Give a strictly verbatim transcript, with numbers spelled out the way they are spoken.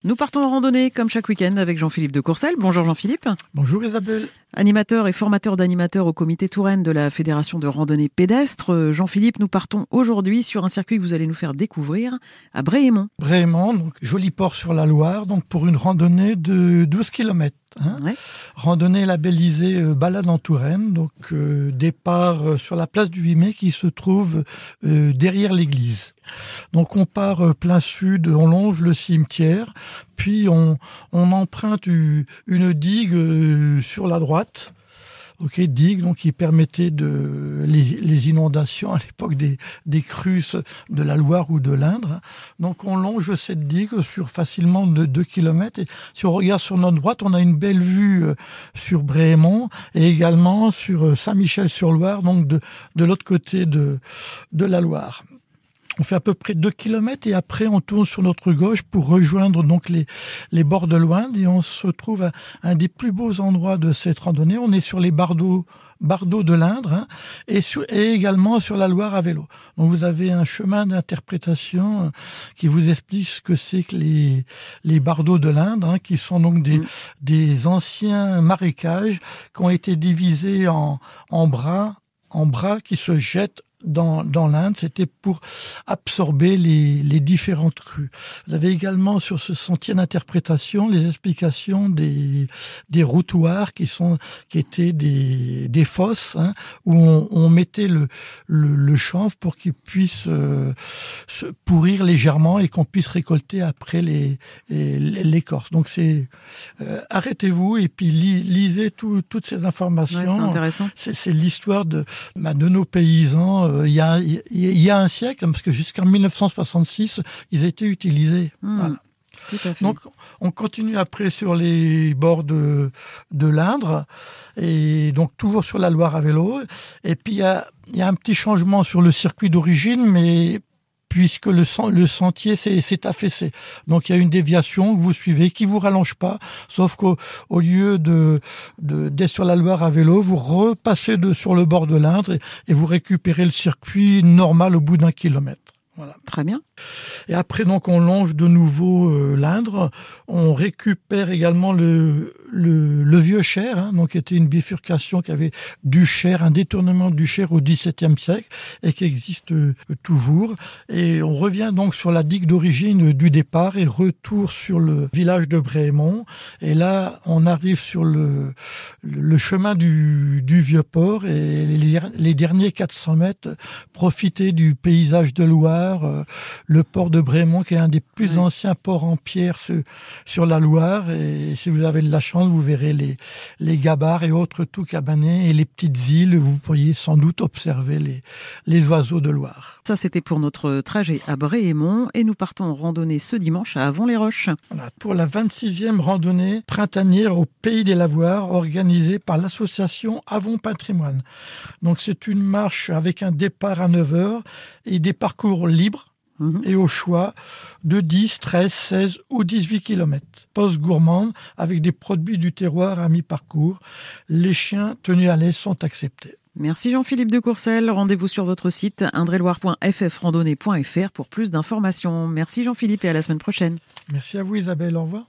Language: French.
Nous partons en randonnée comme chaque week-end avec Jean-Philippe de Courcelles. Bonjour Jean-Philippe. Bonjour Isabelle. Animateur et formateur d'animateurs au comité Touraine de la Fédération de randonnée pédestre. Jean-Philippe, nous partons aujourd'hui sur un circuit que vous allez nous faire découvrir à Bréhémont. Bréhémont, donc joli port sur la Loire, donc pour une randonnée de douze kilomètres. Hein. Ouais. Randonnée labellisée euh, Balade en Touraine, donc euh, départ euh, sur la place du huit mai qui se trouve euh, derrière l'église. Donc on part euh, plein sud, on longe le cimetière, puis on, on emprunte une, une digue euh, sur la droite. Ok, digue donc qui permettait de les, les inondations à l'époque des, des crues de la Loire ou de l'Indre. Donc on longe cette digue sur facilement de deux kilomètres. Et si on regarde sur notre droite, on a une belle vue sur Bréhémont et également sur Saint-Michel-sur-Loire, donc de, de l'autre côté de, de la Loire. On fait à peu près deux kilomètres et après on tourne sur notre gauche pour rejoindre donc les, les bords de l'Ouindre et on se trouve à un des plus beaux endroits de cette randonnée. On est sur les bardeaux, bardeaux de l'Indre hein, et, sur, et également sur la Loire à vélo. Donc vous avez un chemin d'interprétation qui vous explique ce que c'est que les, les bardeaux de l'Indre, hein, qui sont donc des, mmh. des anciens marécages qui ont été divisés en, en bras, en bras qui se jettent dans, dans l'Inde, c'était pour absorber les, les différentes crues. Vous avez également sur ce sentier d'interprétation les explications des, des routoirs qui sont, qui étaient des, des fosses, hein, où on, on mettait le, le, le chanvre pour qu'il puisse euh, se pourrir légèrement et qu'on puisse récolter après les, les, l'écorce. Donc c'est, euh, arrêtez-vous et puis li, lisez tout, toutes ces informations. Ouais, c'est intéressant. C'est, c'est l'histoire de, bah, de nos paysans. Il y a, il y a un siècle, parce que jusqu'en dix-neuf cent soixante-six, ils étaient utilisés. Mmh, voilà. Tout à fait. Donc, on continue après sur les bords de, de l'Indre, et donc toujours sur la Loire à vélo. Et puis, il y a, il y a un petit changement sur le circuit d'origine, mais puisque le, le sentier s'est, s'est affaissé. Donc il y a une déviation que vous suivez qui vous rallonge pas, sauf qu'au au lieu de, de d'être sur la Loire à vélo, vous repassez de, sur le bord de l'Indre et, et vous récupérez le circuit normal au bout d'un kilomètre. Voilà. Très bien. Et après, donc, on longe de nouveau euh, l'Indre. On récupère également le, le, le vieux Cher, hein, donc qui était une bifurcation qui avait du Cher, un détournement du Cher au dix-septième siècle et qui existe euh, toujours. Et on revient donc sur la digue d'origine du départ et retour sur le village de Bréhémont. Et là, on arrive sur le, le chemin du, du vieux port et les, les derniers quatre cents mètres, profiter du paysage de Loire, Euh, le port de Bréhémont qui est un des plus oui. anciens ports en pierre sur, sur la Loire, et si vous avez de la chance vous verrez les, les gabarres et autres tout cabanets et les petites îles, vous pourriez sans doute observer les, les oiseaux de Loire. Ça c'était pour notre trajet à Bréhémont et nous partons en randonnée ce dimanche à Avon-les-Roches. Voilà, pour la vingt-sixième randonnée printanière au Pays des Lavoirs organisée par l'association Avon Patrimoine. Donc c'est une marche avec un départ à neuf heures et des parcours libres mmh. et au choix de dix, treize, seize ou dix-huit kilomètres. Pause gourmande avec des produits du terroir à mi-parcours. Les chiens tenus à l'aise sont acceptés. Merci Jean-Philippe de Courcelles. Rendez-vous sur votre site indreloire point f f randonnée point f r pour plus d'informations. Merci Jean-Philippe et à la semaine prochaine. Merci à vous Isabelle, au revoir.